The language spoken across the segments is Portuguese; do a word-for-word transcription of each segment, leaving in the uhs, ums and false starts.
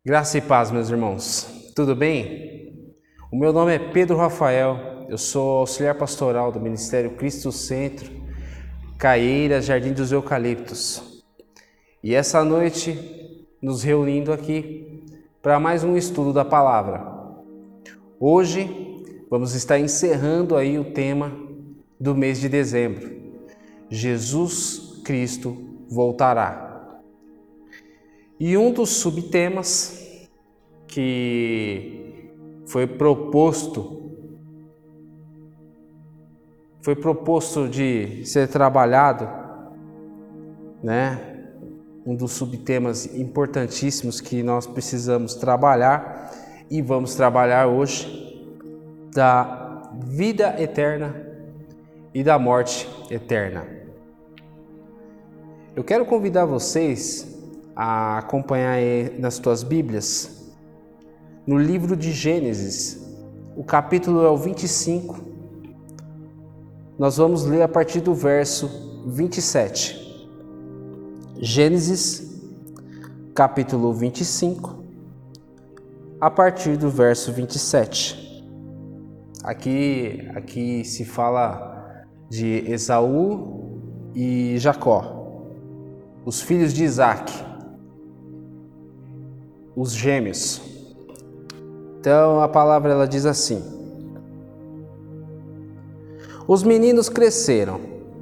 Graça e paz, meus irmãos. Tudo bem? O meu nome é Pedro Rafael, eu sou auxiliar pastoral do Ministério Cristo Centro, Caieiras, Jardim dos Eucaliptos. E essa noite, nos reunindo aqui para mais um estudo da Palavra. Hoje, vamos estar encerrando aí o tema do mês de dezembro. Jesus Cristo voltará. E um dos subtemas que foi proposto, foi proposto de ser trabalhado, né? Um dos subtemas importantíssimos que nós precisamos trabalhar e vamos trabalhar hoje, da vida eterna e da morte eterna. Eu quero convidar vocês a acompanhar nas tuas Bíblias, no livro de Gênesis, o capítulo é o vinte e cinco, nós vamos ler a partir do verso vinte e sete. Gênesis, capítulo vinte e cinco, a partir do verso vinte e sete. Aqui, aqui se fala de Esaú e Jacó, os filhos de Isaac, os gêmeos. Então a palavra ela diz assim: os meninos cresceram.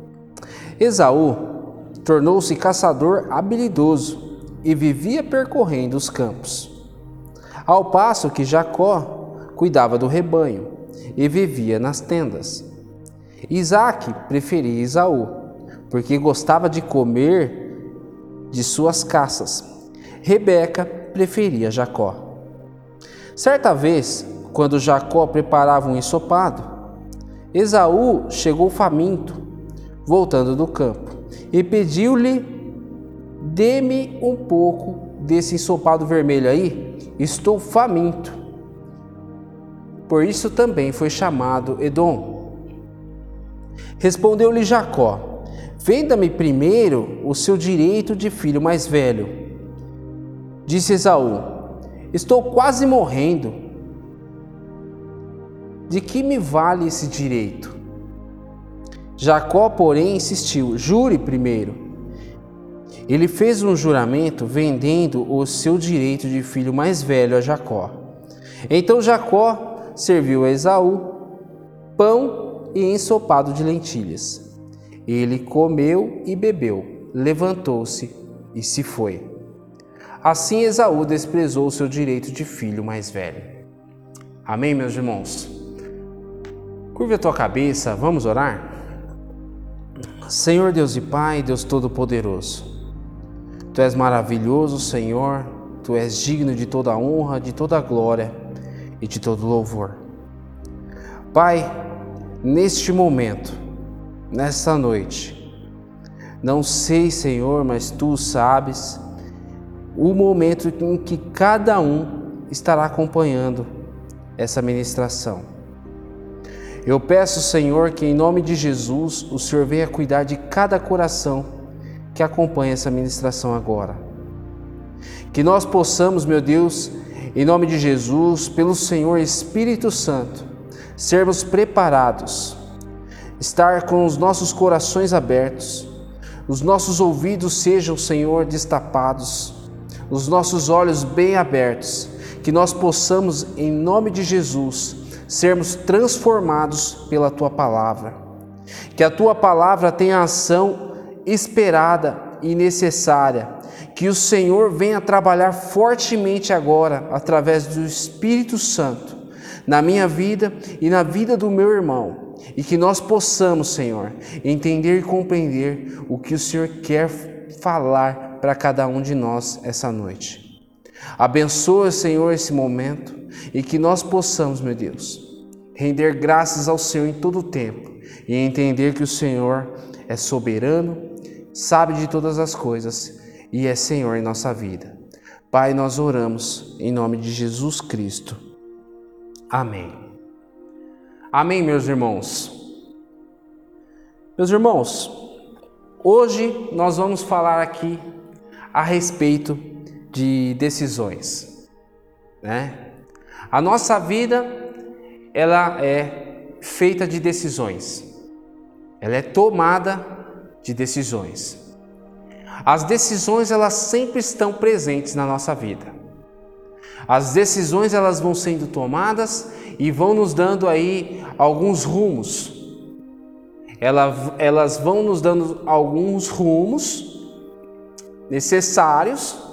Esaú tornou-se caçador habilidoso e vivia percorrendo os campos, ao passo que Jacó cuidava do rebanho e vivia nas tendas. Isaac preferia Esaú, porque gostava de comer de suas caças. Rebeca preferia Jacó. Certa vez, quando Jacó preparava um ensopado, Esaú chegou faminto, voltando do campo, e pediu-lhe: dê-me um pouco desse ensopado vermelho aí, estou faminto. Por isso também foi chamado Edom. Respondeu-lhe Jacó: venda-me primeiro o seu direito de filho mais velho. Disse Esaú: estou quase morrendo. De que me vale esse direito? Jacó, porém, insistiu: jure primeiro. Ele fez um juramento vendendo o seu direito de filho mais velho a Jacó. Então Jacó serviu a Esaú pão e ensopado de lentilhas. Ele comeu e bebeu, levantou-se e se foi. Assim Esaú desprezou o seu direito de filho mais velho. Amém, meus irmãos? Curva a tua cabeça, vamos orar? Senhor Deus e Pai, Deus Todo-Poderoso, Tu és maravilhoso, Senhor, Tu és digno de toda honra, de toda glória e de todo louvor. Pai, neste momento, nesta noite, não sei, Senhor, mas Tu sabes o momento em que cada um estará acompanhando essa ministração. Eu peço, Senhor, que em nome de Jesus, o Senhor venha cuidar de cada coração que acompanha essa ministração agora. Que nós possamos, meu Deus, em nome de Jesus, pelo Senhor Espírito Santo, sermos preparados, estar com os nossos corações abertos, os nossos ouvidos sejam, Senhor, destapados, os nossos olhos bem abertos, que nós possamos, em nome de Jesus, sermos transformados pela Tua Palavra. Que a Tua Palavra tenha ação esperada e necessária. Que o Senhor venha trabalhar fortemente agora, através do Espírito Santo, na minha vida e na vida do meu irmão. E que nós possamos, Senhor, entender e compreender o que o Senhor quer falar para cada um de nós essa noite. Abençoa, Senhor, esse momento e que nós possamos, meu Deus, render graças ao Senhor em todo o tempo e entender que o Senhor é soberano, sabe de todas as coisas e é Senhor em nossa vida. Pai, nós oramos em nome de Jesus Cristo. Amém. Amém, meus irmãos. Meus irmãos, hoje nós vamos falar aqui a respeito de decisões. né? A nossa vida, ela é feita de decisões. Ela é tomada de decisões. As decisões, elas sempre estão presentes na nossa vida. As decisões, elas vão sendo tomadas e vão nos dando aí alguns rumos. Elas vão nos dando alguns rumos necessários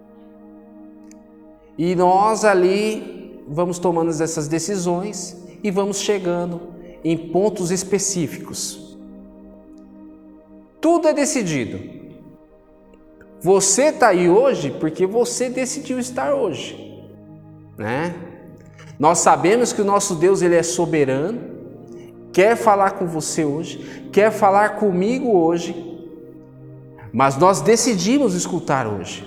e nós ali vamos tomando essas decisões e vamos chegando em pontos específicos. Tudo é decidido. Você está aí hoje porque você decidiu estar hoje, né? Nós sabemos que o nosso Deus, ele é soberano, quer falar com você hoje, quer falar comigo hoje, mas nós decidimos escutar hoje.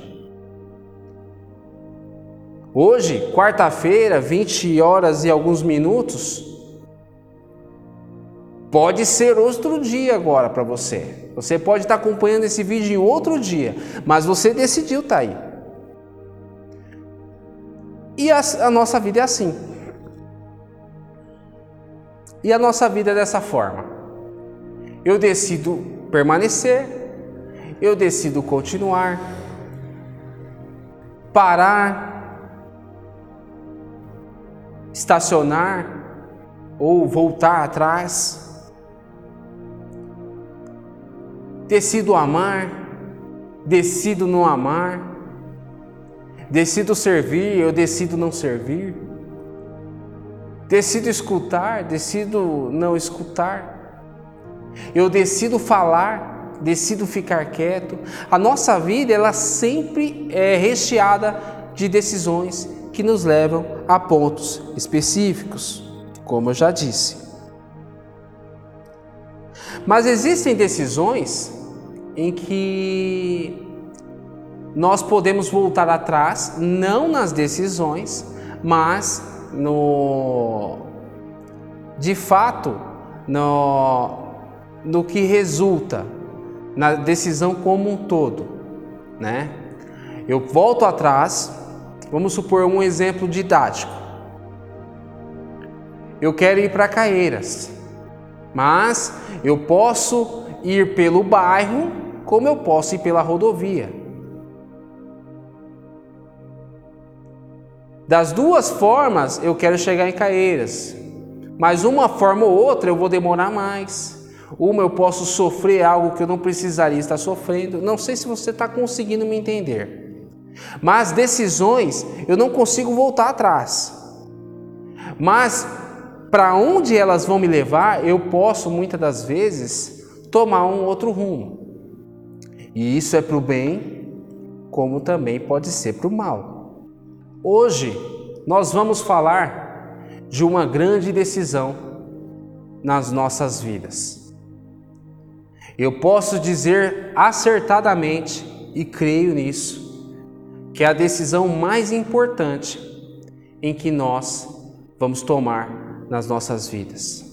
Hoje, quarta-feira, vinte horas e alguns minutos, pode ser outro dia agora para você. Você pode estar acompanhando esse vídeo em outro dia, mas você decidiu estar aí. E a, a nossa vida é assim. E a nossa vida é dessa forma. Eu decido permanecer, eu decido continuar, parar, estacionar ou voltar atrás. Decido amar, decido não amar, decido servir, eu decido não servir. Decido escutar, decido não escutar. Eu decido falar, decido ficar quieto. A nossa vida, ela sempre é recheada de decisões que nos levam a pontos específicos, como eu já disse. Mas existem decisões em que nós podemos voltar atrás, não nas decisões, mas no, de fato, no, no que resulta na decisão como um todo, né? Eu volto atrás, vamos supor um exemplo didático. Eu quero ir para Caieiras, mas eu posso ir pelo bairro, como eu posso ir pela rodovia. Das duas formas, eu quero chegar em Caieiras, mas uma forma ou outra eu vou demorar mais. Uma eu posso sofrer algo que eu não precisaria estar sofrendo. Não sei se você está conseguindo me entender. Mas decisões, eu não consigo voltar atrás. Mas para onde elas vão me levar, eu posso muitas das vezes tomar um outro rumo. E isso é para o bem, como também pode ser para o mal. Hoje, nós vamos falar de uma grande decisão nas nossas vidas. Eu posso dizer acertadamente, e creio nisso, que é a decisão mais importante em que nós vamos tomar nas nossas vidas.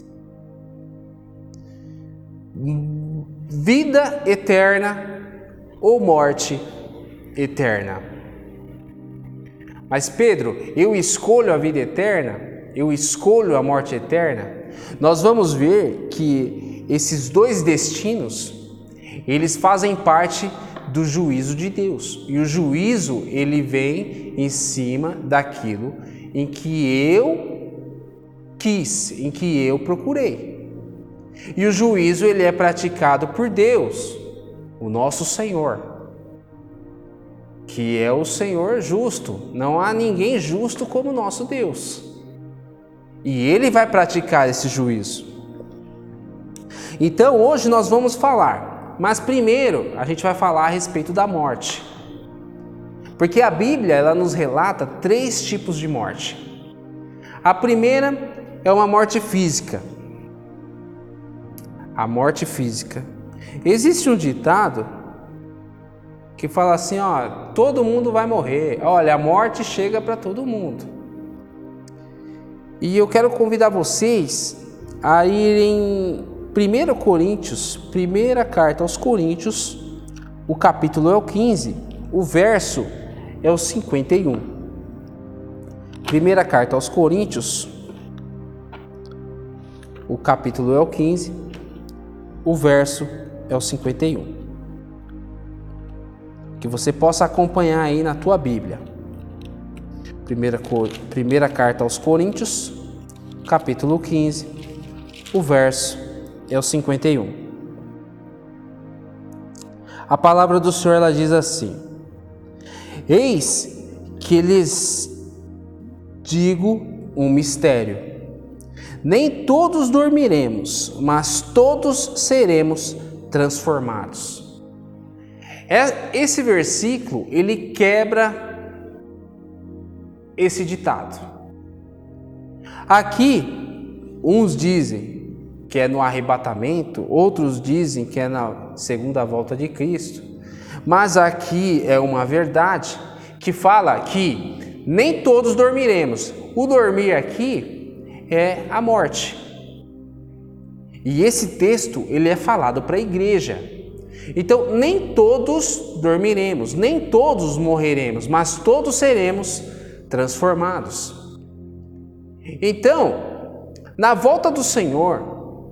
Vida eterna ou morte eterna. Mas Pedro, eu escolho a vida eterna? Eu escolho a morte eterna? Nós vamos ver que esses dois destinos, eles fazem parte do juízo de Deus. E o juízo, ele vem em cima daquilo em que eu quis, em que eu procurei. E o juízo, ele é praticado por Deus, o nosso Senhor, que é o Senhor justo. Não há ninguém justo como nosso Deus. E Ele vai praticar esse juízo. Então hoje nós vamos falar, mas primeiro a gente vai falar a respeito da morte. Porque a Bíblia, ela nos relata três tipos de morte. A primeira é uma morte física. A morte física. Existe um ditado que fala assim, ó, todo mundo vai morrer. Olha, a morte chega para todo mundo. E eu quero convidar vocês a irem primeira Coríntios, primeira carta aos Coríntios, o capítulo é o quinze, o verso é o cinquenta e um. Primeira carta aos Coríntios, o capítulo é o quinze, o verso é o cinquenta e um. Que você possa acompanhar aí na tua Bíblia. Primeira, primeira carta aos Coríntios, capítulo quinze, o verso é o cinquenta e um. A palavra do Senhor, ela diz assim: eis que lhes digo um mistério. Nem todos dormiremos, mas todos seremos transformados. Esse versículo, ele quebra esse ditado. Aqui, uns dizem que é no arrebatamento, outros dizem que é na segunda volta de Cristo. Mas aqui é uma verdade que fala que nem todos dormiremos. O dormir aqui é a morte. E esse texto, ele é falado para a igreja. Então, nem todos dormiremos, nem todos morreremos, mas todos seremos transformados. Então, na volta do Senhor,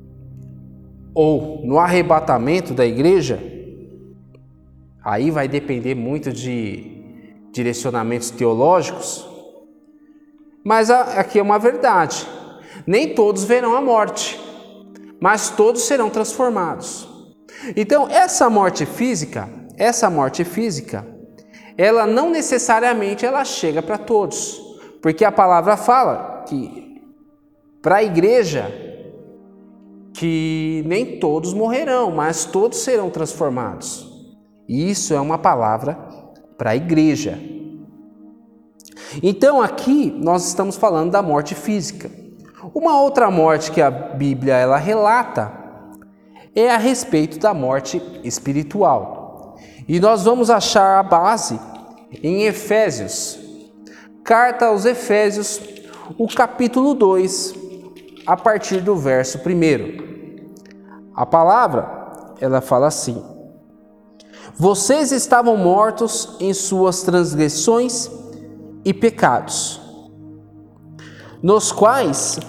ou no arrebatamento da igreja, aí vai depender muito de direcionamentos teológicos, mas aqui é uma verdade. Nem todos verão a morte, mas todos serão transformados. Então, essa morte física, essa morte física, ela não necessariamente ela chega para todos, porque a palavra fala que para a igreja que nem todos morrerão, mas todos serão transformados. E isso é uma palavra para a igreja. Então aqui nós estamos falando da morte física. Uma outra morte que a Bíblia ela relata é a respeito da morte espiritual. E nós vamos achar a base em Efésios, carta aos Efésios, o capítulo dois, a partir do verso primeiro. A palavra, ela fala assim: vocês estavam mortos em suas transgressões e pecados, nos quais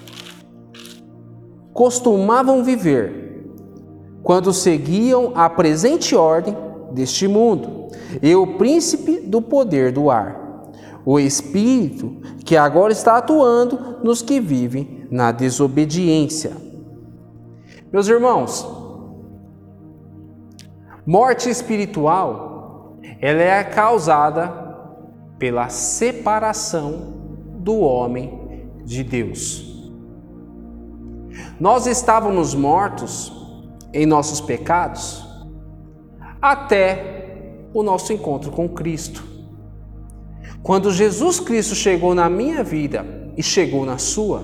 costumavam viver, quando seguiam a presente ordem deste mundo, e o príncipe do poder do ar, o espírito que agora está atuando nos que vivem na desobediência. Meus irmãos, morte espiritual, ela é causada pela separação do homem de Deus. Nós estávamos mortos em nossos pecados até o nosso encontro com Cristo. Quando Jesus Cristo chegou na minha vida e chegou na sua,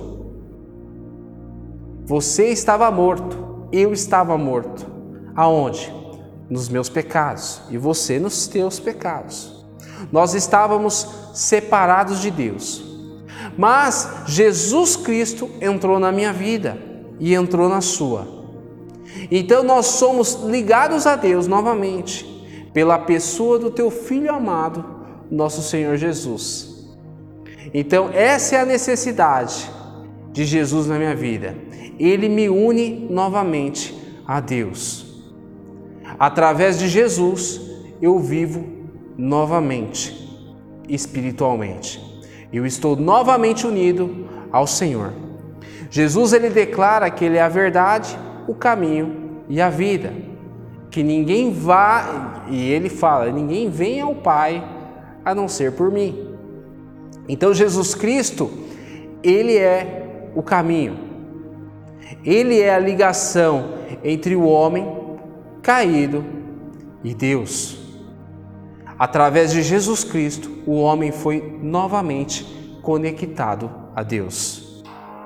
você estava morto, eu estava morto. Aonde? Nos meus pecados e você nos teus pecados. Nós estávamos separados de Deus. Mas Jesus Cristo entrou na minha vida e entrou na sua. Então nós somos ligados a Deus novamente pela pessoa do teu Filho amado, nosso Senhor Jesus. Então essa é a necessidade de Jesus na minha vida. Ele me une novamente a Deus. Através de Jesus eu vivo novamente, espiritualmente. Eu estou novamente unido ao Senhor. Jesus, ele declara que ele é a verdade, o caminho e a vida. Que ninguém vá, e ele fala, ninguém vem ao Pai a não ser por mim. Então Jesus Cristo, ele é o caminho. Ele é a ligação entre o homem caído e Deus. Através de Jesus Cristo, o homem foi novamente conectado a Deus.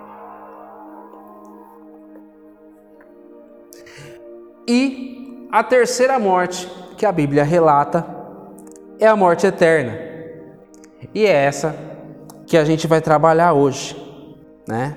E a terceira morte que a Bíblia relata é a morte eterna. E é essa que a gente vai trabalhar hoje, né?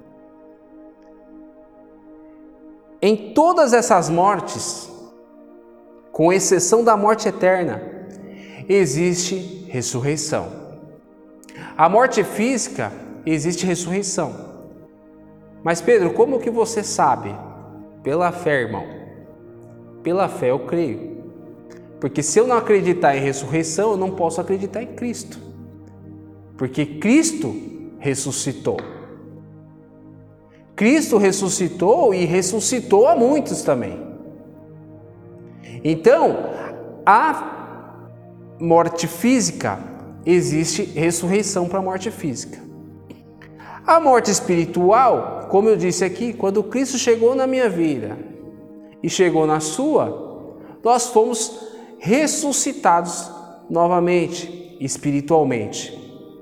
Em todas essas mortes, com exceção da morte eterna, existe ressurreição. A morte física, existe ressurreição. Mas Pedro, como que você sabe? Pela fé, irmão. Pela fé eu creio. Porque se eu não acreditar em ressurreição, eu não posso acreditar em Cristo. Porque Cristo ressuscitou. Cristo ressuscitou e ressuscitou a muitos também. Então, a morte física, existe ressurreição para a morte física. A morte espiritual, como eu disse aqui, quando Cristo chegou na minha vida e chegou na sua, nós fomos ressuscitados novamente, espiritualmente.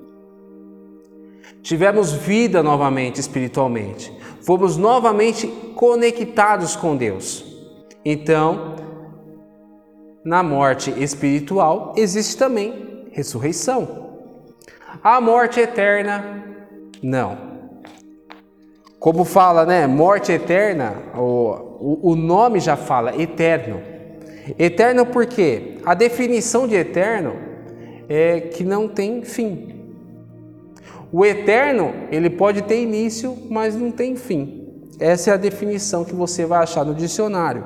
Tivemos vida novamente espiritualmente. Fomos novamente conectados com Deus. Então, na morte espiritual existe também ressurreição. A morte eterna, não. Como fala, né? Morte eterna, o, o nome já fala, eterno. Eterno porque a definição de eterno é que não tem fim. O eterno, ele pode ter início, mas não tem fim. Essa é a definição que você vai achar no dicionário.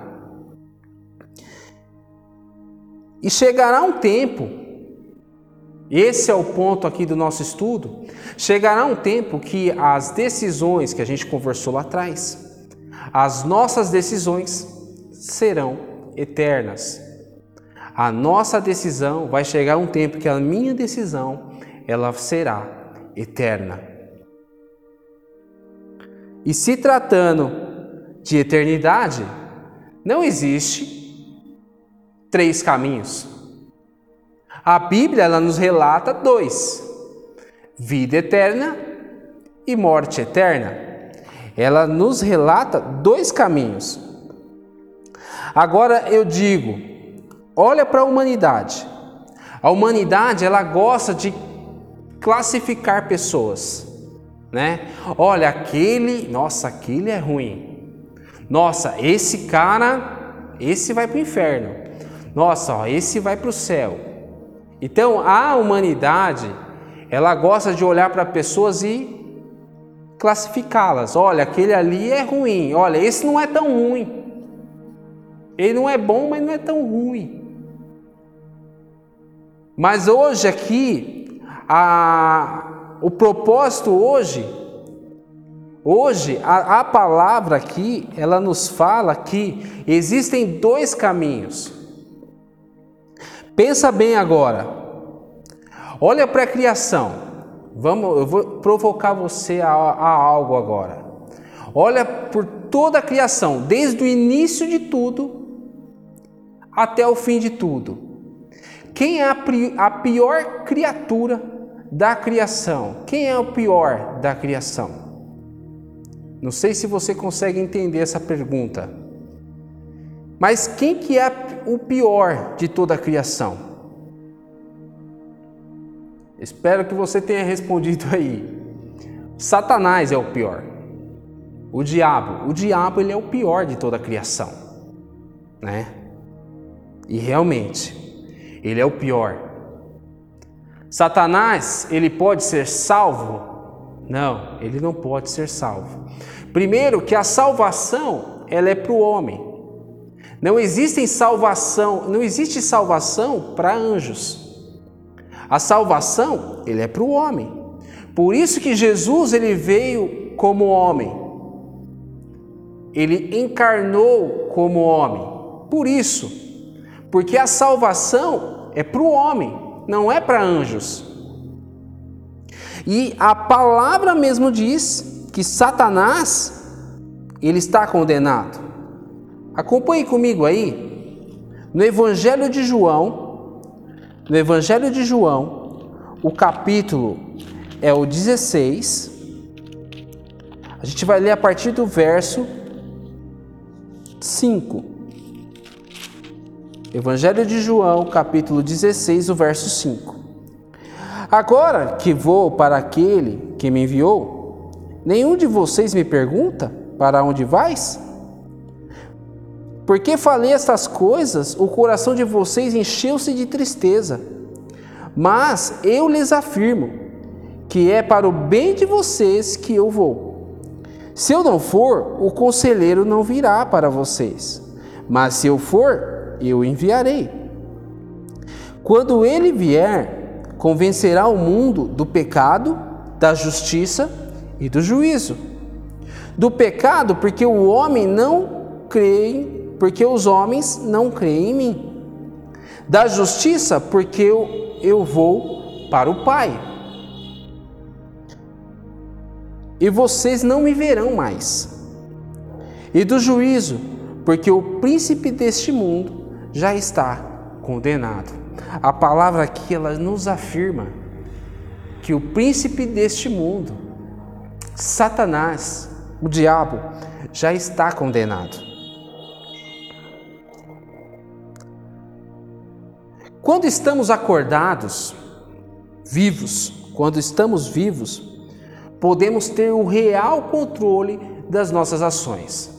E chegará um tempo, esse é o ponto aqui do nosso estudo, chegará um tempo que as decisões que a gente conversou lá atrás, as nossas decisões serão eternas. A nossa decisão, vai chegar um tempo que a minha decisão, ela será eterna. E se tratando de eternidade, não existe três caminhos. A Bíblia, ela nos relata dois: vida eterna e morte eterna. Ela nos relata dois caminhos. Agora eu digo, olha para a humanidade. A humanidade, ela gosta de classificar pessoas, né? Olha, aquele, nossa, aquele é ruim. Nossa, esse cara, esse vai para o inferno. Nossa, ó, esse vai para o céu. Então, a humanidade, ela gosta de olhar para pessoas e classificá-las. Olha, aquele ali é ruim. Olha, esse não é tão ruim. Ele não é bom, mas não é tão ruim. Mas hoje aqui, A, o propósito hoje, hoje a, a palavra aqui, ela nos fala que existem dois caminhos. Pensa bem agora, olha para a criação, vamos, eu vou provocar você a, a algo agora. Olha por toda a criação, desde o início de tudo até o fim de tudo. Quem é a, a pior criatura da criação? Quem é o pior da criação? Não sei se você consegue entender essa pergunta. Mas quem que é o pior de toda a criação? Espero que você tenha respondido aí. Satanás é o pior. O diabo. O diabo, ele é o pior de toda a criação, né? E realmente, ele é o pior. Satanás, ele pode ser salvo? Não, ele não pode ser salvo. Primeiro, que a salvação, ela é para o homem. Não existe salvação, não existe salvação para anjos. A salvação, ele é para o homem. Por isso que Jesus, ele veio como homem. Ele encarnou como homem. Por isso, porque a salvação é para o homem. Não é para anjos. E a palavra mesmo diz que Satanás, ele está condenado. Acompanhe comigo aí, no Evangelho de João, no Evangelho de João, o capítulo é o dezesseis, a gente vai ler a partir do verso cinco. Evangelho de João, capítulo dezesseis, o verso cinco. Agora que vou para aquele que me enviou, nenhum de vocês me pergunta: para onde vais? Porque falei estas coisas, o coração de vocês encheu-se de tristeza. Mas eu lhes afirmo que é para o bem de vocês que eu vou. Se eu não for, o conselheiro não virá para vocês, mas se eu for, eu enviarei. Quando ele vier, convencerá o mundo do pecado, da justiça e do juízo. Do pecado, porque o homem não crê, porque os homens não creem em mim. Da justiça, porque eu, eu vou para o Pai. E vocês não me verão mais. E do juízo, porque o príncipe deste mundo já está condenado. A palavra aqui, ela nos afirma que o príncipe deste mundo, Satanás, o diabo, já está condenado. Quando estamos acordados, vivos, quando estamos vivos, podemos ter o real controle das nossas ações.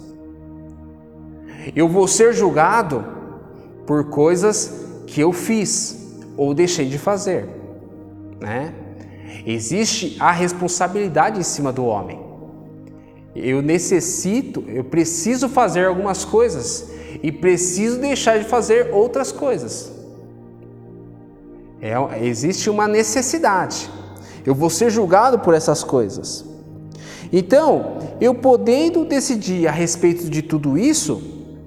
Eu vou ser julgado por coisas que eu fiz ou deixei de fazer, né? Existe a responsabilidade em cima do homem. Eu necessito, eu preciso fazer algumas coisas e preciso deixar de fazer outras coisas. É, existe uma necessidade. Eu vou ser julgado por essas coisas. Então, eu podendo decidir a respeito de tudo isso,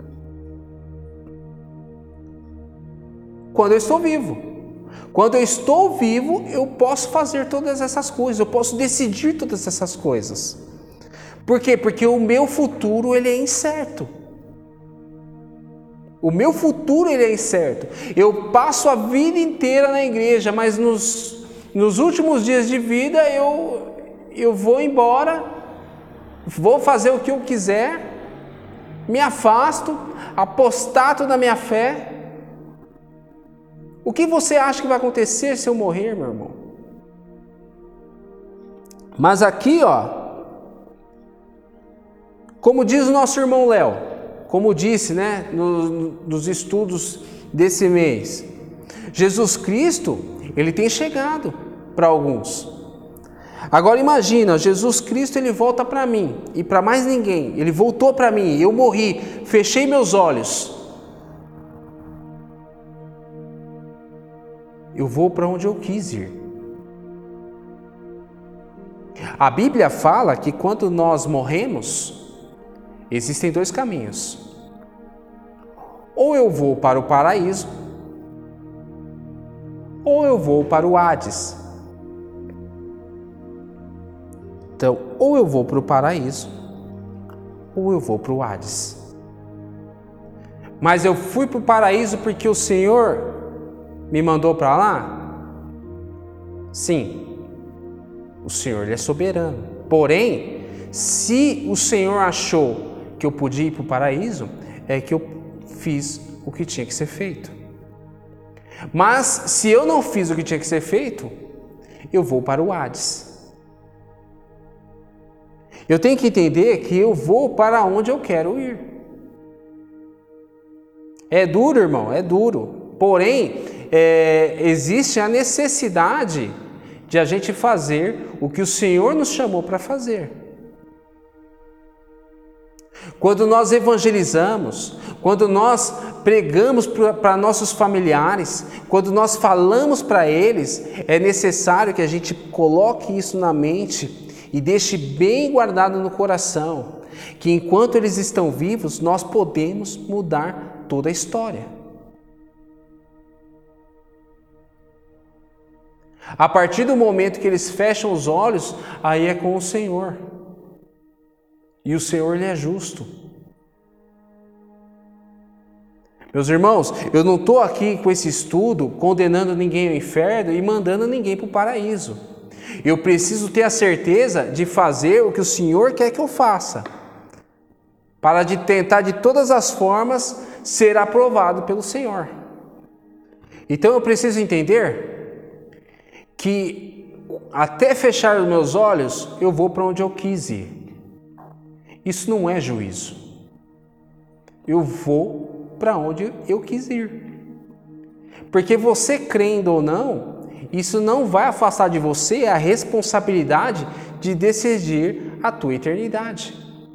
quando eu estou vivo. Quando eu estou vivo, eu posso fazer todas essas coisas, eu posso decidir todas essas coisas. Por quê? Porque o meu futuro, ele é incerto. O meu futuro, ele é incerto. Eu passo a vida inteira na igreja, mas nos, nos últimos dias de vida eu, eu vou embora, vou fazer o que eu quiser, me afasto, apostato da minha fé. O que você acha que vai acontecer se eu morrer, meu irmão? Mas aqui, ó, como diz o nosso irmão Léo, como disse, né, no, nos estudos desse mês, Jesus Cristo, ele tem chegado para alguns. Agora imagina, Jesus Cristo, ele volta para mim e para mais ninguém. Ele voltou para mim, eu morri, fechei meus olhos. Eu vou para onde eu quis ir. A Bíblia fala que quando nós morremos, existem dois caminhos. Ou eu vou para o paraíso, ou eu vou para o Hades. Então, ou eu vou para o paraíso, ou eu vou para o Hades. Mas eu fui para o paraíso porque o Senhor me mandou para lá? Sim, o Senhor, ele é soberano. Porém, se o Senhor achou que eu podia ir para o paraíso, é que eu fiz o que tinha que ser feito. Mas se eu não fiz o que tinha que ser feito, eu vou para o Hades. Eu tenho que entender que eu vou para onde eu quero ir. É duro, irmão, é duro. Porém, é, existe a necessidade de a gente fazer o que o Senhor nos chamou para fazer. Quando nós evangelizamos, quando nós pregamos para nossos familiares, quando nós falamos para eles, é necessário que a gente coloque isso na mente e deixe bem guardado no coração, que enquanto eles estão vivos, nós podemos mudar toda a história. A partir do momento que eles fecham os olhos, aí é com o Senhor. E o Senhor, ele é justo. Meus irmãos, eu não estou aqui com esse estudo condenando ninguém ao inferno e mandando ninguém para o paraíso. Eu preciso ter a certeza de fazer o que o Senhor quer que eu faça, para de tentar de todas as formas ser aprovado pelo Senhor. Então eu preciso entender que até fechar os meus olhos, eu vou para onde eu quis ir. Isso não é juízo. Eu vou para onde eu quis ir. Porque você crendo ou não, isso não vai afastar de você a responsabilidade de decidir a tua eternidade.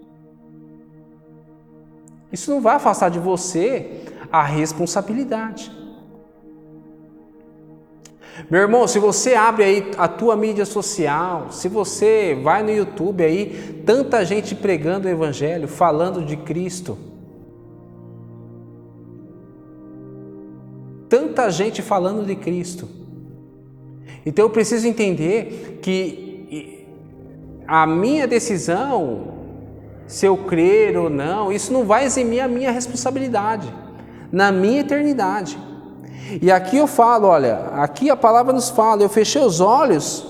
Isso não vai afastar de você a responsabilidade. Meu irmão, se você abre aí a tua mídia social, se você vai no YouTube aí, tanta gente pregando o Evangelho, falando de Cristo. Tanta gente falando de Cristo. Então eu preciso entender que a minha decisão, se eu crer ou não, isso não vai eximir a minha responsabilidade na minha eternidade. E aqui eu falo, olha, aqui a palavra nos fala, eu fechei os olhos,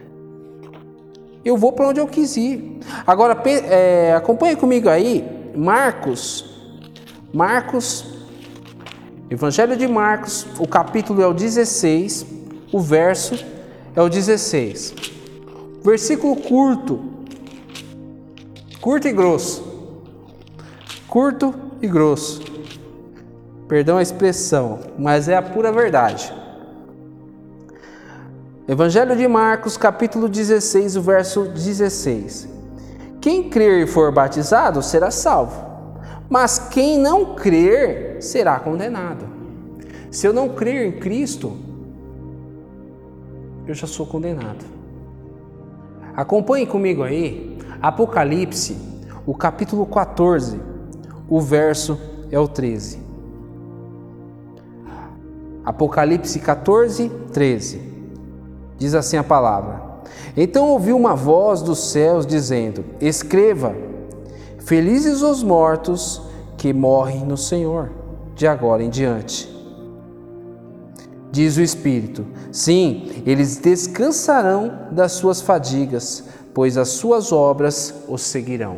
eu vou para onde eu quis ir. Agora, é, acompanhe comigo aí, Marcos, Marcos, Evangelho de Marcos, o capítulo é o dezesseis, o verso é o dezesseis. Versículo curto, curto e grosso, curto e grosso. Perdão a expressão, mas é a pura verdade. Evangelho de Marcos, capítulo dezesseis, o verso dezesseis. Quem crer e for batizado será salvo, mas quem não crer será condenado. Se eu não crer em Cristo, eu já sou condenado. Acompanhe comigo aí, Apocalipse, o capítulo quatorze, o verso é o treze. Apocalipse quatorze, treze. Diz assim a palavra: Então ouvi uma voz dos céus dizendo: Escreva, felizes os mortos que morrem no Senhor, de agora em diante. Diz o Espírito: Sim, eles descansarão das suas fadigas, pois as suas obras os seguirão.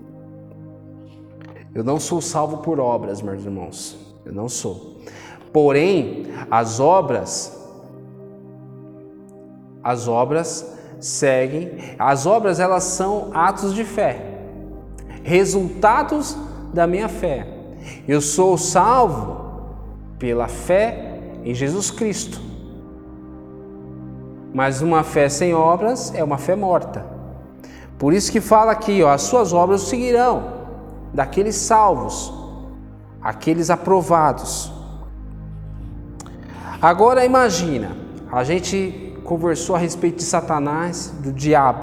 Eu não sou salvo por obras, meus irmãos. Eu não sou. Porém, as obras, as obras seguem, as obras elas são atos de fé, resultados da minha fé. Eu sou salvo pela fé em Jesus Cristo. Mas uma fé sem obras é uma fé morta. Por isso que fala aqui, ó, as suas obras o seguirão, daqueles salvos, aqueles aprovados. Agora imagina, a gente conversou a respeito de Satanás, do diabo.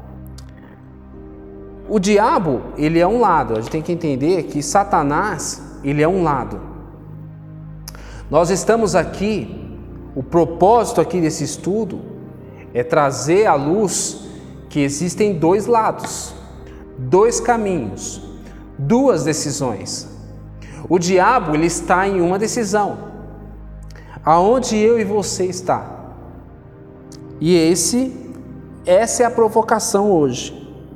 O diabo, ele é um lado, a gente tem que entender que Satanás, ele é um lado. Nós estamos aqui, o propósito aqui desse estudo é trazer à luz que existem dois lados, dois caminhos, duas decisões. O diabo, ele está em uma decisão. Aonde eu e você está. E esse, essa é a provocação hoje.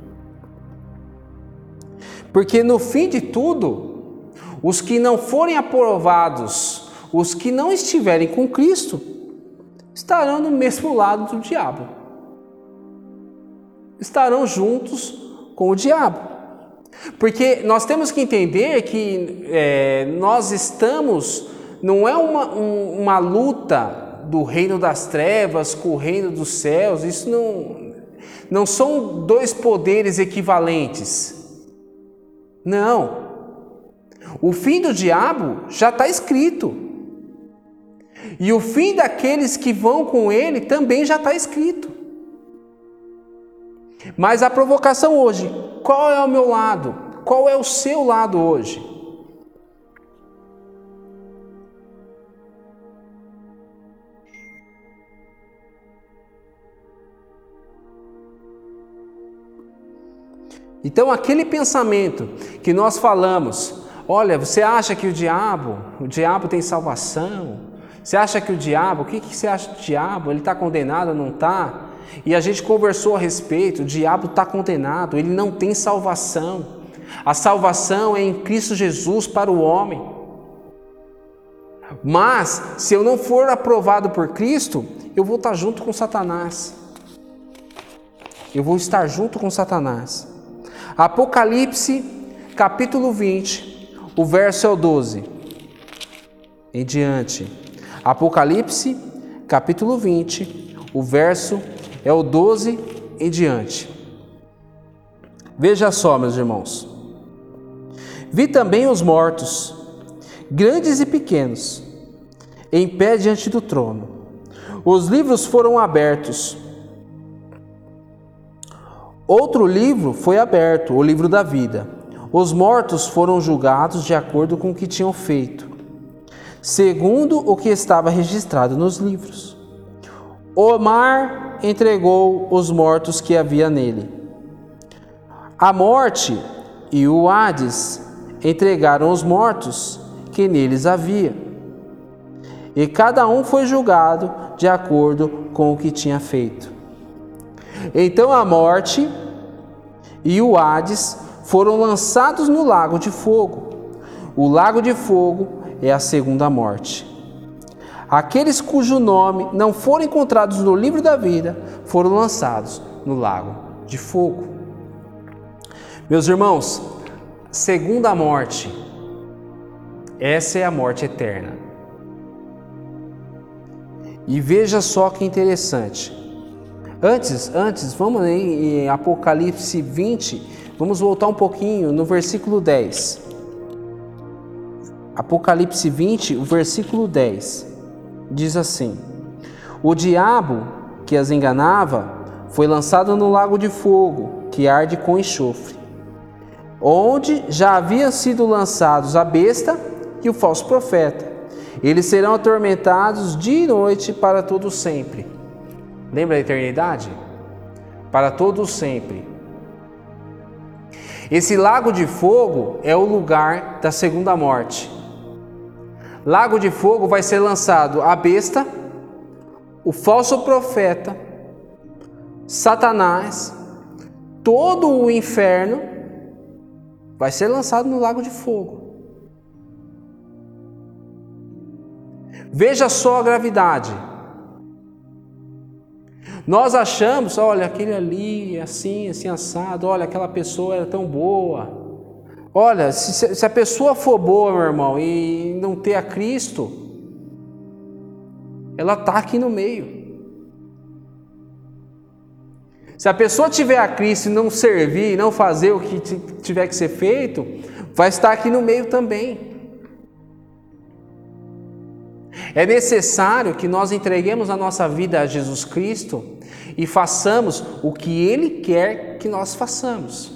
Porque no fim de tudo, os que não forem aprovados, os que não estiverem com Cristo, estarão no mesmo lado do diabo. Estarão juntos com o diabo. Porque nós temos que entender que é, nós estamos... Não é uma, um, uma luta do reino das trevas com o reino dos céus. Isso não, não são dois poderes equivalentes. Não. O fim do diabo já está escrito. E o fim daqueles que vão com ele também já está escrito. Mas a provocação hoje, qual é o meu lado? Qual é o seu lado hoje? Então aquele pensamento que nós falamos, olha, você acha que o diabo, o diabo tem salvação? Você acha que o diabo, o que, que você acha do diabo? Ele está condenado ou não está? E a gente conversou a respeito, o diabo está condenado, ele não tem salvação. A salvação é em Cristo Jesus para o homem. Mas, se eu não for aprovado por Cristo, eu vou estar junto com Satanás. Eu vou estar junto com Satanás. Apocalipse, capítulo vinte, o verso é o doze. Em diante. Apocalipse, capítulo vinte, o verso é o doze em diante. Veja só, meus irmãos. Vi também os mortos, grandes e pequenos, em pé diante do trono. Os livros foram abertos. Outro livro foi aberto, o livro da vida. Os mortos foram julgados de acordo com o que tinham feito, segundo o que estava registrado nos livros. O mar entregou os mortos que havia nele. A morte e o Hades entregaram os mortos que neles havia. E cada um foi julgado de acordo com o que tinha feito. Então a morte e o Hades foram lançados no lago de fogo. O lago de fogo é a segunda morte. Aqueles cujo nome não foram encontrados no livro da vida foram lançados no lago de fogo. Meus irmãos, segunda morte, essa é a morte eterna. E veja só que interessante. Antes, antes, vamos em Apocalipse vinte, vamos voltar um pouquinho no versículo dez. Apocalipse vinte, o versículo dez, diz assim: o diabo que as enganava foi lançado no lago de fogo, que arde com enxofre, onde já haviam sido lançados a besta e o falso profeta. Eles serão atormentados dia e noite para todo sempre. Lembra da eternidade? Para todo sempre. Esse lago de fogo é o lugar da segunda morte. Lago de fogo vai ser lançado a besta, o falso profeta, Satanás, todo o inferno vai ser lançado no lago de fogo. Veja só a gravidade. Nós achamos, olha, aquele ali, assim, assim, assado, olha, aquela pessoa era tão boa. Olha, se, se a pessoa for boa, meu irmão, e não ter a Cristo, ela está aqui no meio. Se a pessoa tiver a Cristo e não servir, não fazer o que tiver que ser feito, vai estar aqui no meio também. É necessário que nós entreguemos a nossa vida a Jesus Cristo e façamos o que Ele quer que nós façamos.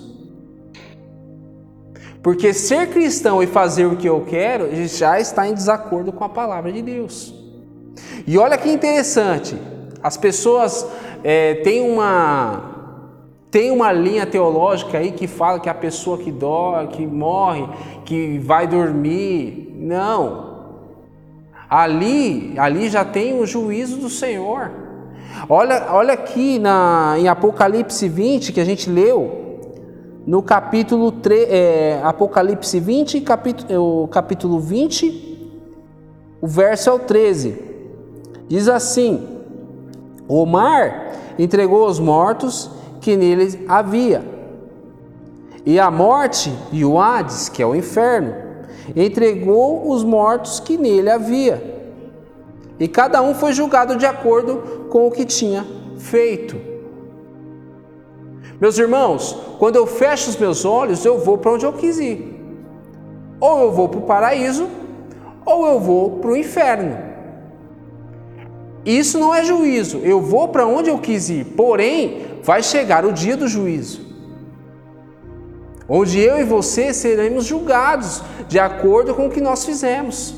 Porque ser cristão e fazer o que eu quero já está em desacordo com a palavra de Deus. E olha que interessante, as pessoas é, têm uma, têm uma linha teológica aí que fala que a pessoa que dorme, que morre, que vai dormir. Não. Ali, ali já tem o juízo do Senhor. Olha, olha aqui na, em Apocalipse vinte, que a gente leu, no capítulo três, é, Apocalipse vinte, capítulo, o capítulo vinte, o verso é o treze. Diz assim: o mar entregou os mortos que neles havia, e a morte e o Hades, que é o inferno, entregou os mortos que nele havia, e cada um foi julgado de acordo com o que tinha feito. Meus irmãos, quando eu fecho os meus olhos, eu vou para onde eu quis ir. Ou eu vou para o paraíso, ou eu vou para o inferno. Isso não é juízo, eu vou para onde eu quis ir, porém, vai chegar o dia do juízo, onde eu e você seremos julgados de acordo com o que nós fizemos.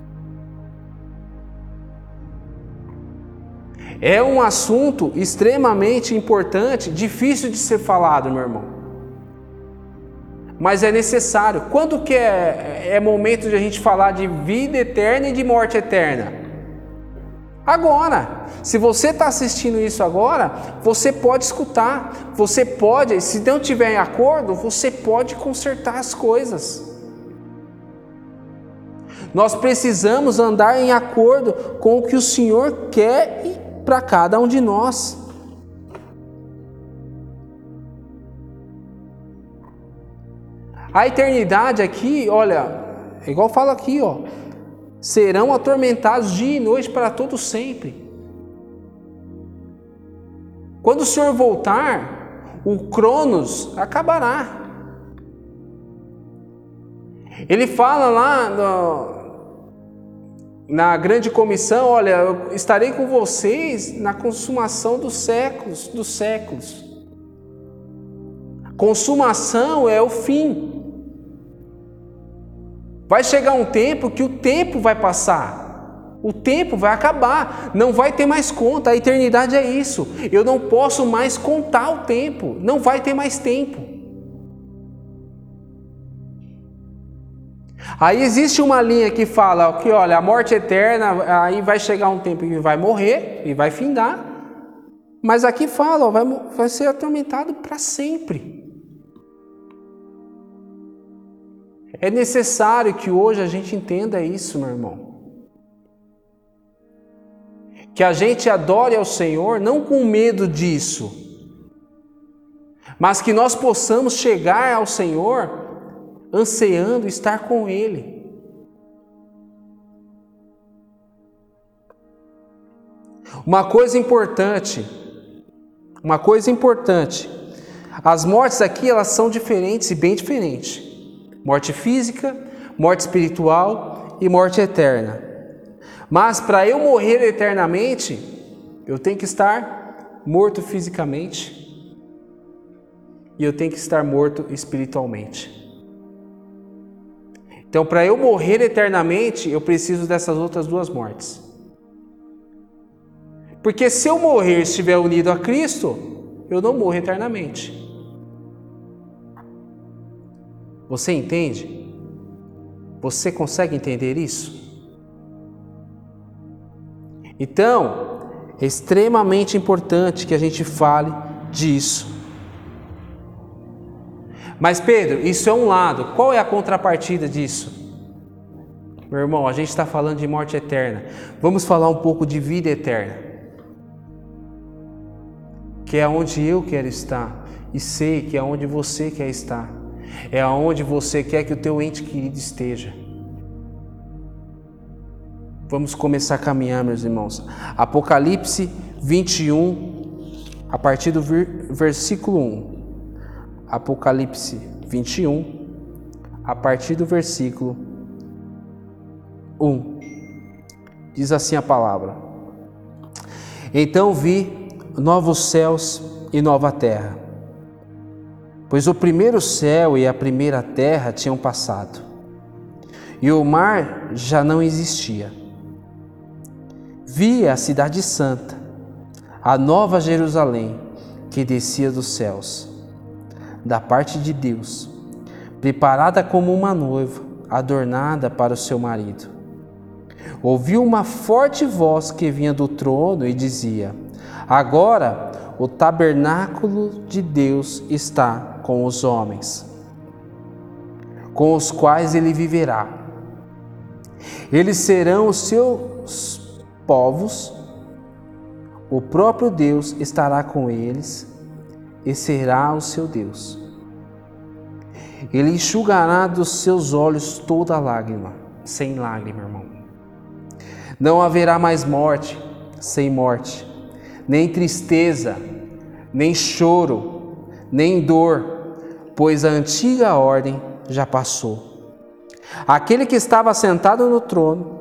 É um assunto extremamente importante, difícil de ser falado, meu irmão. Mas é necessário. Quando que é, é momento de a gente falar de vida eterna e de morte eterna? Agora. Se você está assistindo isso agora, você pode escutar, você pode, se não tiver em acordo, você pode consertar as coisas. Nós precisamos andar em acordo com o que o Senhor quer para cada um de nós. A eternidade aqui, olha, igual fala aqui, ó, serão atormentados dia e noite para todo sempre. Quando o Senhor voltar, o Cronos acabará. Ele fala lá no, na grande comissão, olha, eu estarei com vocês na consumação dos séculos, dos séculos. Consumação é o fim. Vai chegar um tempo que o tempo vai passar, o tempo vai acabar, não vai ter mais conta, a eternidade é isso. Eu não posso mais contar o tempo, não vai ter mais tempo. Aí existe uma linha que fala que, olha, a morte eterna, aí vai chegar um tempo que vai morrer e vai findar, mas aqui fala, ó, vai, vai ser atormentado para sempre. É necessário que hoje a gente entenda isso, meu irmão. Que a gente adore ao Senhor não com medo disso, mas que nós possamos chegar ao Senhor ansiando estar com Ele. Uma coisa importante, uma coisa importante, as mortes aqui elas são diferentes e bem diferentes. Morte física, morte espiritual e morte eterna. Mas para eu morrer eternamente, eu tenho que estar morto fisicamente e eu tenho que estar morto espiritualmente. Então, para eu morrer eternamente, eu preciso dessas outras duas mortes. Porque se eu morrer e estiver unido a Cristo, eu não morro eternamente. Você entende? Você consegue entender isso? Então, é extremamente importante que a gente fale disso. Mas Pedro, isso é um lado. Qual é a contrapartida disso? Meu irmão, a gente está falando de morte eterna. Vamos falar um pouco de vida eterna. Que é onde eu quero estar. E sei que é onde você quer estar. É aonde você quer que o teu ente querido esteja. Vamos começar a caminhar, meus irmãos. Apocalipse vinte e um, a partir do versículo um. Apocalipse vinte e um, a partir do versículo um. Diz assim a palavra: Então vi novos céus e nova terra, pois o primeiro céu e a primeira terra tinham passado, e o mar já não existia. Vi a cidade santa, a nova Jerusalém, que descia dos céus, da parte de Deus, preparada como uma noiva, adornada para o seu marido. Ouvi uma forte voz que vinha do trono e dizia: Agora o tabernáculo de Deus está com os homens, com os quais ele viverá. Eles serão os seus povos, o próprio Deus estará com eles e será o seu Deus. Ele enxugará dos seus olhos toda lágrima, sem lágrima, irmão. Não haverá mais morte, sem morte, nem tristeza, nem choro, nem dor, pois a antiga ordem já passou. Aquele que estava sentado no trono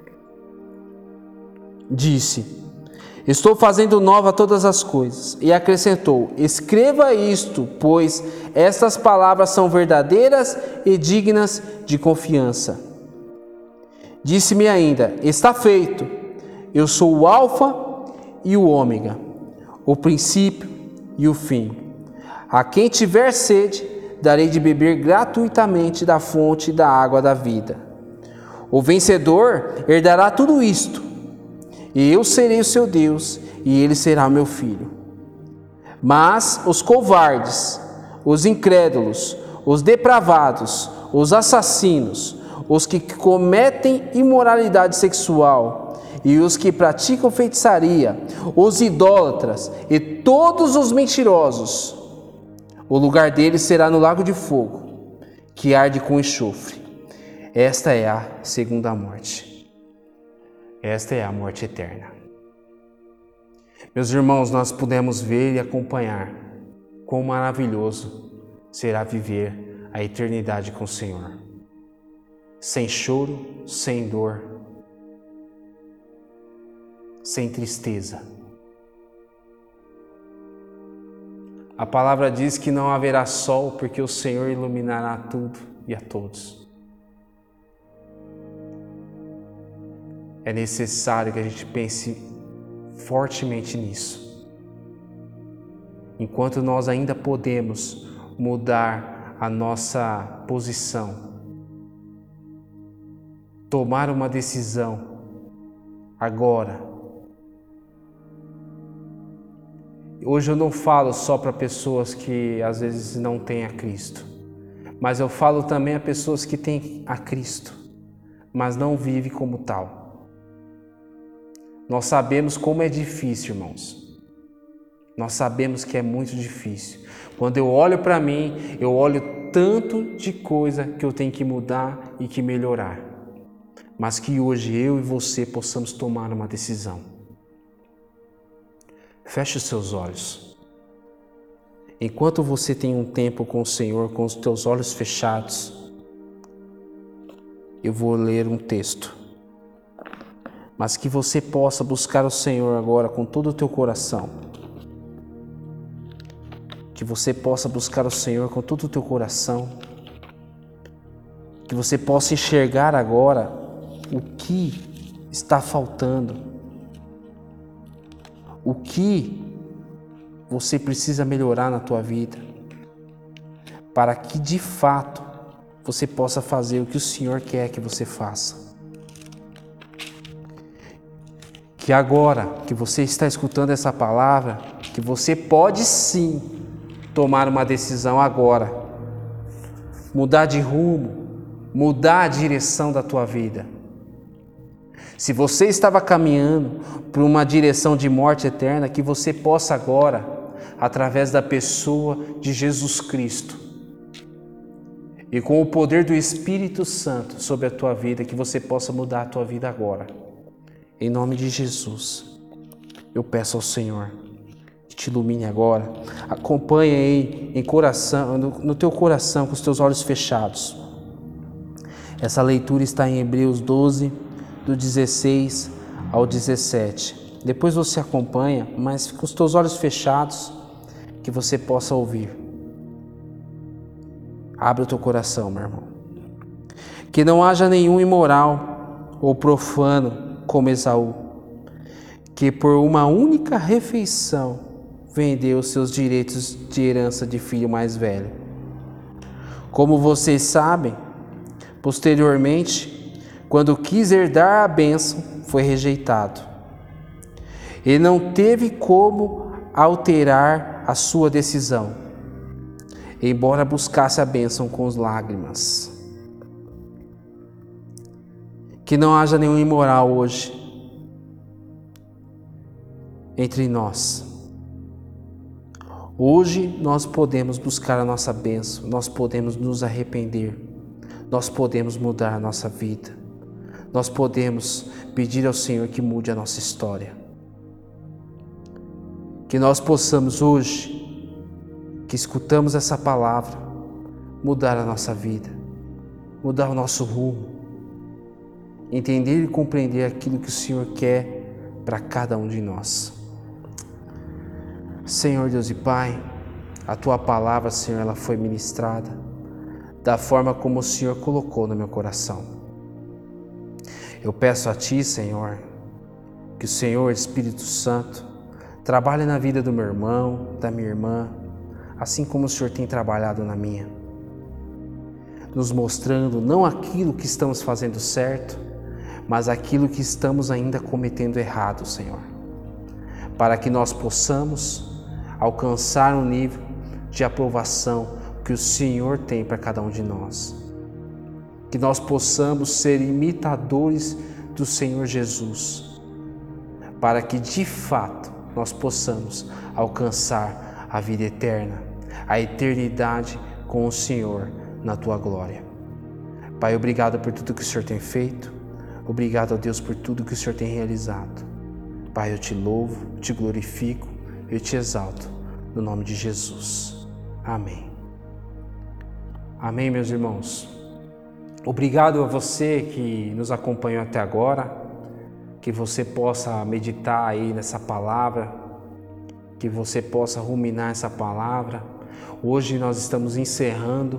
disse: Estou fazendo nova todas as coisas. E acrescentou: Escreva isto, pois estas palavras são verdadeiras e dignas de confiança. Disse-me ainda: Está feito. Eu sou o Alfa e o Ômega, o princípio e o fim. A quem tiver sede, darei de beber gratuitamente da fonte da água da vida. O vencedor herdará tudo isto, e eu serei o seu Deus, e ele será o meu filho. Mas os covardes, os incrédulos, os depravados, os assassinos, os que cometem imoralidade sexual e os que praticam feitiçaria, os idólatras e todos os mentirosos, o lugar deles será no lago de fogo, que arde com enxofre. Esta é a segunda morte. Esta é a morte eterna. Meus irmãos, nós pudemos ver e acompanhar quão maravilhoso será viver a eternidade com o Senhor. Sem choro, sem dor, sem tristeza. A palavra diz que não haverá sol, porque o Senhor iluminará tudo e a todos. É necessário que a gente pense fortemente nisso. Enquanto nós ainda podemos mudar a nossa posição, tomar uma decisão agora. Hoje eu não falo só para pessoas que às vezes não têm a Cristo, mas eu falo também a pessoas que têm a Cristo, mas não vivem como tal. Nós sabemos como é difícil, irmãos. Nós sabemos que é muito difícil. Quando eu olho para mim, eu olho tanto de coisa que eu tenho que mudar e que melhorar. Mas que hoje eu e você possamos tomar uma decisão. Feche os seus olhos. Enquanto você tem um tempo com o Senhor, com os teus olhos fechados, eu vou ler um texto. Mas que você possa buscar o Senhor agora com todo o teu coração. Que você possa buscar o Senhor com todo o teu coração. Que você possa enxergar agora o que está faltando. O que você precisa melhorar na tua vida. Para que de fato você possa fazer o que o Senhor quer que você faça. Que agora que você está escutando essa palavra, que você pode sim tomar uma decisão agora. Mudar de rumo, mudar a direção da tua vida. Se você estava caminhando para uma direção de morte eterna, que você possa agora, através da pessoa de Jesus Cristo, e com o poder do Espírito Santo sobre a tua vida, que você possa mudar a tua vida agora. Em nome de Jesus, eu peço ao Senhor que te ilumine agora. Acompanhe aí em coração, no, no teu coração, com os teus olhos fechados. Essa leitura está em Hebreus doze, do dezesseis ao dezessete. Depois você acompanha, mas com os teus olhos fechados, que você possa ouvir. Abre o teu coração, meu irmão. Que não haja nenhum imoral ou profano, como Esaú, que por uma única refeição vendeu seus direitos de herança de filho mais velho. Como vocês sabem, posteriormente, quando quis herdar a bênção, foi rejeitado. Ele não teve como alterar a sua decisão, embora buscasse a bênção com as lágrimas. Que não haja nenhum imoral hoje entre nós. Hoje nós podemos buscar a nossa bênção, nós podemos nos arrepender, nós podemos mudar a nossa vida, nós podemos pedir ao Senhor que mude a nossa história. Que nós possamos hoje, que escutamos essa palavra, mudar a nossa vida, mudar o nosso rumo, entender e compreender aquilo que o Senhor quer para cada um de nós. Senhor Deus e Pai, a Tua palavra, Senhor, ela foi ministrada da forma como o Senhor colocou no meu coração. Eu peço a Ti, Senhor, que o Senhor, Espírito Santo, trabalhe na vida do meu irmão, da minha irmã, assim como o Senhor tem trabalhado na minha, nos mostrando não aquilo que estamos fazendo certo, mas aquilo que estamos ainda cometendo errado, Senhor, para que nós possamos alcançar um nível de aprovação que o Senhor tem para cada um de nós. Que nós possamos ser imitadores do Senhor Jesus, para que de fato nós possamos alcançar a vida eterna, a eternidade com o Senhor na Tua glória. Pai, obrigado por tudo que o Senhor tem feito. Obrigado a Deus por tudo que o Senhor tem realizado. Pai, eu te louvo, te glorifico, eu te exalto, no nome de Jesus. Amém. Amém, meus irmãos. Obrigado a você que nos acompanhou até agora, que você possa meditar aí nessa palavra, que você possa ruminar essa palavra. Hoje nós estamos encerrando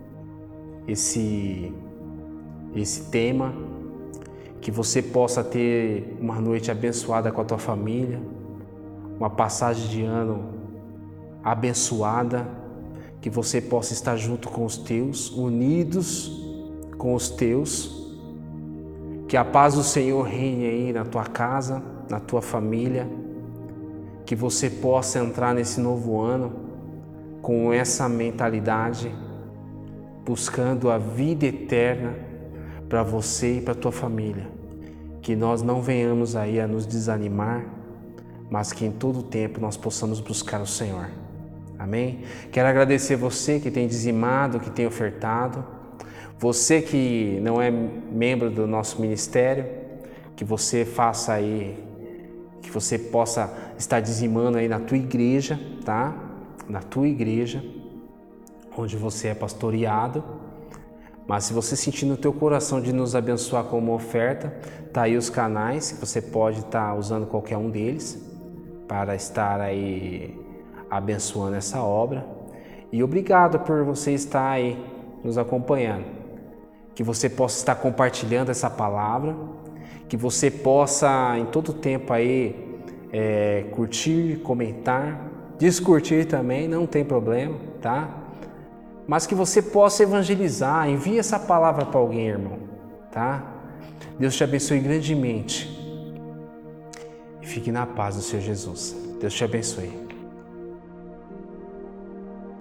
esse, esse tema, que você possa ter uma noite abençoada com a tua família, uma passagem de ano abençoada, que você possa estar junto com os teus, unidos com os teus, que a paz do Senhor reine aí na tua casa, na tua família, que você possa entrar nesse novo ano com essa mentalidade, buscando a vida eterna para você e para a tua família, que nós não venhamos aí a nos desanimar, mas que em todo tempo nós possamos buscar o Senhor. Amém? Quero agradecer você que tem dizimado, que tem ofertado, você que não é membro do nosso ministério, que você faça aí, que você possa estar dizimando aí na tua igreja, tá? Na tua igreja, onde você é pastoreado. Mas se você sentir no teu coração de nos abençoar com uma oferta, tá aí os canais, que você pode estar usando qualquer um deles para estar aí abençoando essa obra. E obrigado por você estar aí nos acompanhando. Que você possa estar compartilhando essa palavra, que você possa em todo tempo aí é, curtir, comentar, descurtir também, não tem problema, tá? Mas que você possa evangelizar, envie essa palavra para alguém, irmão, tá? Deus te abençoe grandemente e fique na paz do Senhor Jesus. Deus te abençoe.